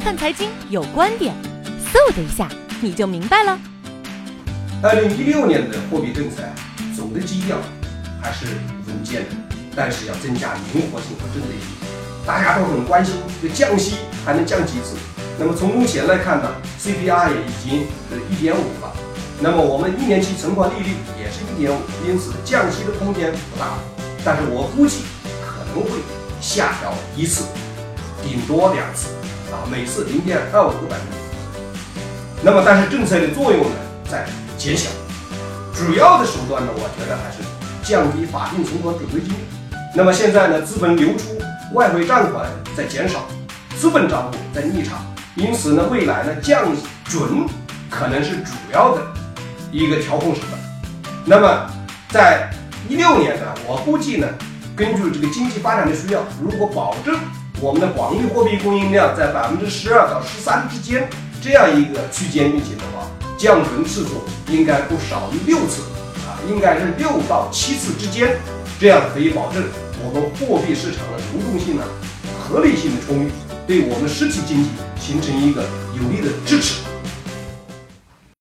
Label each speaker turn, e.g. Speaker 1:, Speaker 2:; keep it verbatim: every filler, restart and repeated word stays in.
Speaker 1: 看财经有观点，嗖的一下你就明白了。
Speaker 2: 二零一六年的货币政策总的基调还是稳健的，但是要增加灵活性和针对性。大家都很关心这个降息还能降几次？那么从目前来看呢 ，C P I 也已经是一点五了。那么我们一年期存款利率也是一点五，因此降息的空间不大。但是我估计可能会下调一次，顶多两次啊，每次零点二五个百分点。那么但是政策的作用呢在减小，主要的手段呢，我觉得还是降低法定存款准备金。那么现在呢，资本流出，外汇占款在减少，资本账户在逆差，因此呢，未来呢降准可能是主要的一个调控手段。那么在一六年呢，我估计呢，根据这个经济发展的需要，如果保证我们的广义货币供应量在百分之十二到十三之间这样一个区间运行的话，降准次数应该不少于六次啊，应该是六到七次之间，这样可以保证我们货币市场的流动性呢合理性的充裕，对我们实体经济形成一个有力的支持。